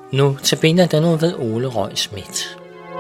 Nu tabiner den nu ved Ole Røg Schmidt.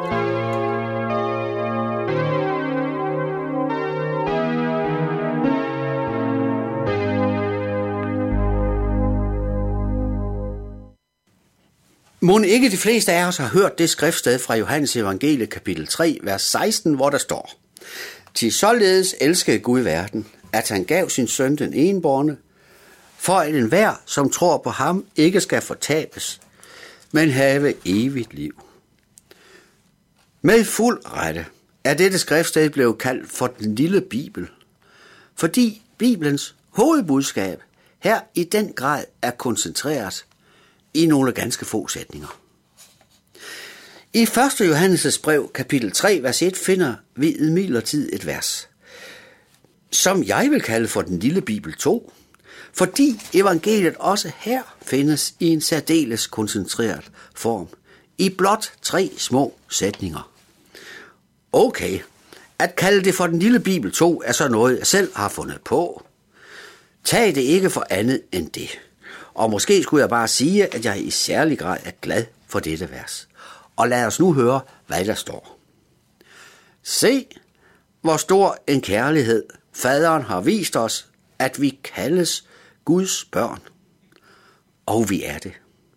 Mon ikke de fleste af os har hørt det skriftsted fra Johannes Evangeliet kapitel 3, vers 16, hvor der står: Til således elskede Gud verden, at han gav sin søn den enbårne, for at enhver, som tror på ham, ikke skal fortabes, men have evigt liv. Med fuld rette er dette skriftsted blevet kaldt for den lille Bibel, fordi Bibelens hovedbudskab her i den grad er koncentreret i nogle ganske få sætninger. I 1. Johannes' brev, kapitel 3, vers 1, finder vi imidlertid et vers, som jeg vil kalde for den lille Bibel 2, fordi evangeliet også her findes i en særdeles koncentreret form, i blot 3 små sætninger. Okay, at kalde det for den lille Bibel 2 er så noget, jeg selv har fundet på. Tag det ikke for andet end det. Og måske skulle jeg bare sige, at jeg i særlig grad er glad for dette vers. Og lad os nu høre, hvad der står. Se, hvor stor en kærlighed faderen har vist os, at vi kaldes Guds børn. Og vi er det.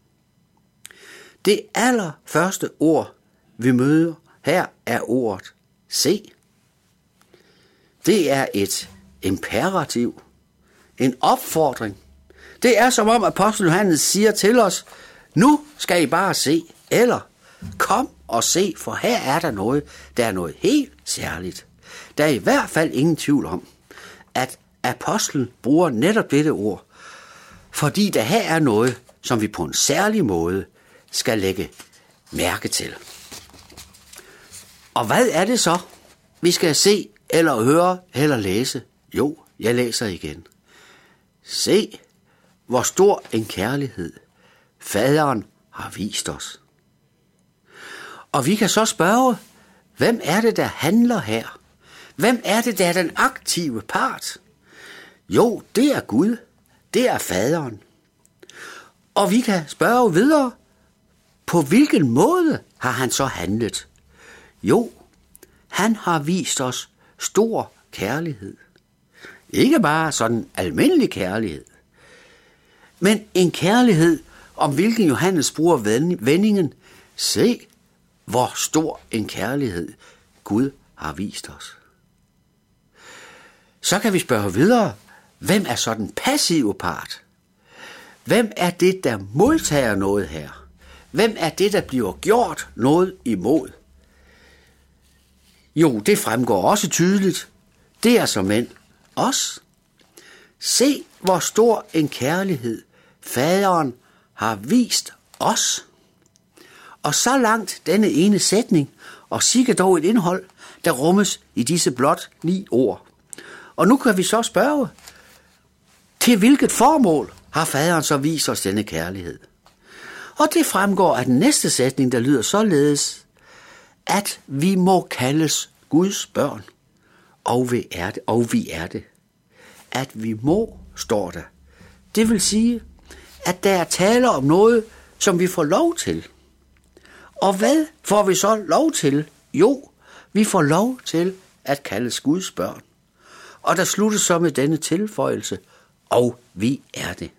Det allerførste ord, vi møder her, er ordet se. Det er et imperativ, en opfordring. Det er som om apostel Johannes siger til os, nu skal I bare se, eller kom og se, for her er der noget helt særligt. Der er i hvert fald ingen tvivl om, at apostlen bruger netop dette ord, fordi der her er noget, som vi på en særlig måde skal lægge mærke til. Og hvad er det så, vi skal se, eller høre, eller læse? Jo, jeg læser igen. Se, hvor stor en kærlighed faderen har vist os. Og vi kan så spørge, hvem er det, der handler her? Hvem er det, der er den aktive part? Jo, det er Gud. Det er faderen. Og vi kan spørge videre, på hvilken måde har han så handlet? Jo, han har vist os stor kærlighed. Ikke bare sådan almindelig kærlighed, men en kærlighed, om hvilken Johannes bruger vendingen, se, hvor stor en kærlighed Gud har vist os. Så kan vi spørge videre, hvem er så den passive part? Hvem er det, der modtager noget her? Hvem er det, der bliver gjort noget imod? Jo, det fremgår også tydeligt. Det er såmænd os. Se, hvor stor en kærlighed faderen har vist os. Og så langt denne ene sætning, og sikkert dog et indhold, der rummes i disse blot 9 ord. Og nu kan vi så spørge, til hvilket formål har faderen så vist os denne kærlighed? Og det fremgår af den næste sætning, der lyder således, at vi må kaldes Guds børn, og vi er det. At vi må, står der. Det vil sige, at der er tale om noget, som vi får lov til. Og hvad får vi så lov til? Jo, vi får lov til at kaldes Guds børn. Og der sluttes så med denne tilføjelse, og vi er det.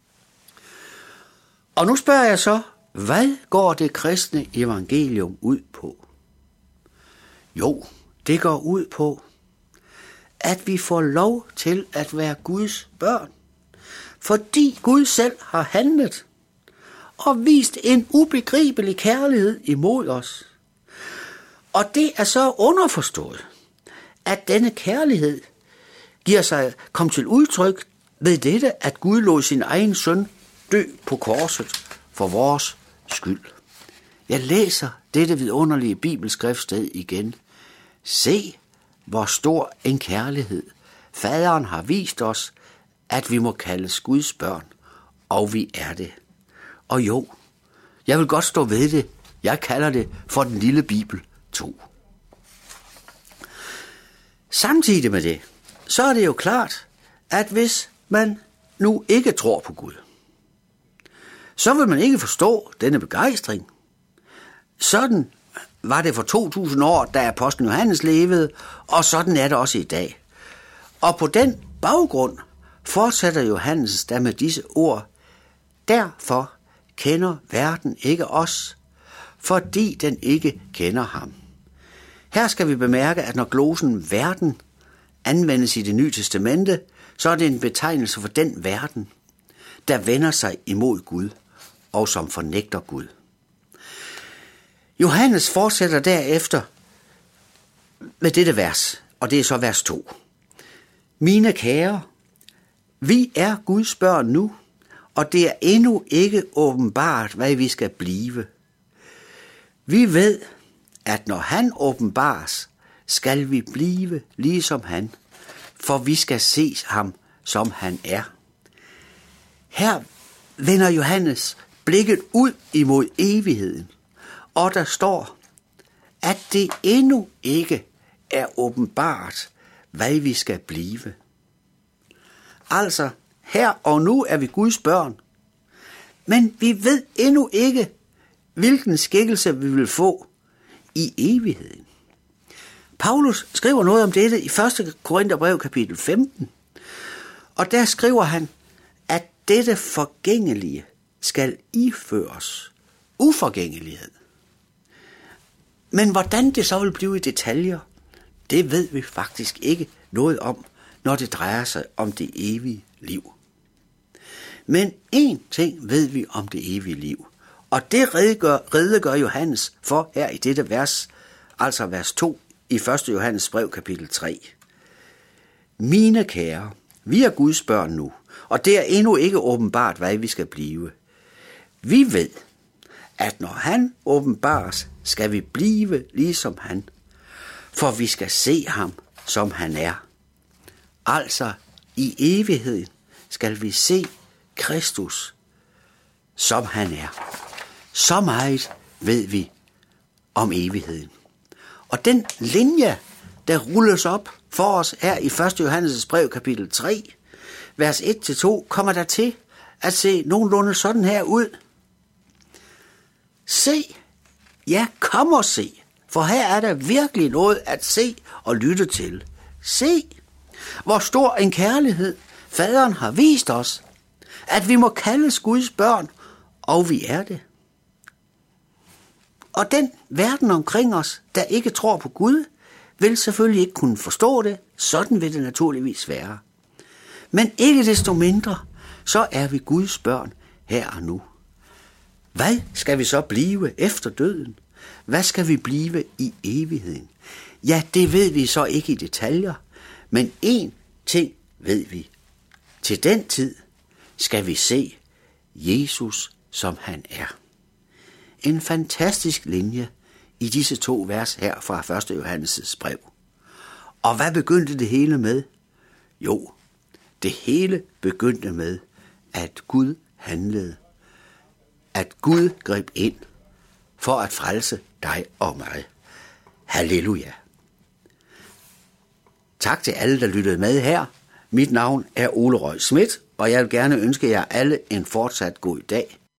Og nu spørger jeg så, hvad går det kristne evangelium ud på? Jo, det går ud på, at vi får lov til at være Guds børn, fordi Gud selv har handlet og vist en ubegribelig kærlighed imod os. Og det er så underforstået, at denne kærlighed kom til udtryk ved dette, at Gud lod sin egen søn dø på korset for vores skyld. Jeg læser dette vidunderlige bibelskriftsted igen. Se, hvor stor en kærlighed faderen har vist os, at vi må kaldes Guds børn, og vi er det. Og jo, jeg vil godt stå ved det. Jeg kalder det for den lille Bibel 2. Samtidig med det, så er det jo klart, at hvis man nu ikke tror på Gud, så vil man ikke forstå denne begejstring. Sådan var det for 2000 år, da apostlen Johannes levede, og sådan er det også i dag. Og på den baggrund fortsætter Johannes der med disse ord: derfor kender verden ikke os, fordi den ikke kender ham. Her skal vi bemærke, at når glosen verden anvendes i Det Nye Testamente, så er det en betegnelse for den verden, der vender sig imod Gud og som fornægter Gud. Johannes fortsætter derefter med dette vers, og det er så vers 2. Mine kære, vi er Guds børn nu, og det er endnu ikke åbenbart, hvad vi skal blive. Vi ved, at når han åbenbares, skal vi blive ligesom han, for vi skal se ham, som han er. Her vender Johannes blikket ud imod evigheden, og der står, at det endnu ikke er åbenbart, hvad vi skal blive. Altså, her og nu er vi Guds børn, men vi ved endnu ikke, hvilken skikkelse vi vil få i evigheden. Paulus skriver noget om dette i 1. Korintherbrev kapitel 15, og der skriver han, at dette forgængelige skal iføres uforgængelighed. Men hvordan det så vil blive i detaljer, det ved vi faktisk ikke noget om, når det drejer sig om det evige liv. Men én ting ved vi om det evige liv, og det redegør Johannes for her i dette vers, altså vers 2 i 1. Johannes brev kapitel 3. Mine kære, vi er Guds børn nu, og det er endnu ikke åbenbart, hvad vi skal blive. Vi ved, at når han åbenbares, skal vi blive ligesom han, for vi skal se ham, som han er. Altså, i evigheden skal vi se Kristus, som han er. Så meget ved vi om evigheden. Og den linje, der rulles op for os her i 1. Johannes brev kapitel 3, vers 1-2, kommer der til at se nogenlunde sådan her ud. Se, ja, kom og se, for her er der virkelig noget at se og lytte til. Se, hvor stor en kærlighed faderen har vist os, at vi må kaldes Guds børn, og vi er det. Og den verden omkring os, der ikke tror på Gud, vil selvfølgelig ikke kunne forstå det. Sådan vil det naturligvis være. Men ikke desto mindre, så er vi Guds børn her og nu. Hvad skal vi så blive efter døden? Hvad skal vi blive i evigheden? Ja, det ved vi så ikke i detaljer, men én ting ved vi. Til den tid skal vi se Jesus, som han er. En fantastisk linje i disse 2 vers her fra 1. Johannes' brev. Og hvad begyndte det hele med? Jo, det hele begyndte med, at Gud handlede. At Gud greb ind for at frelse dig og mig. Halleluja. Tak til alle, der lyttede med her. Mit navn er Ole Røg Schmidt, og jeg vil gerne ønske jer alle en fortsat god dag.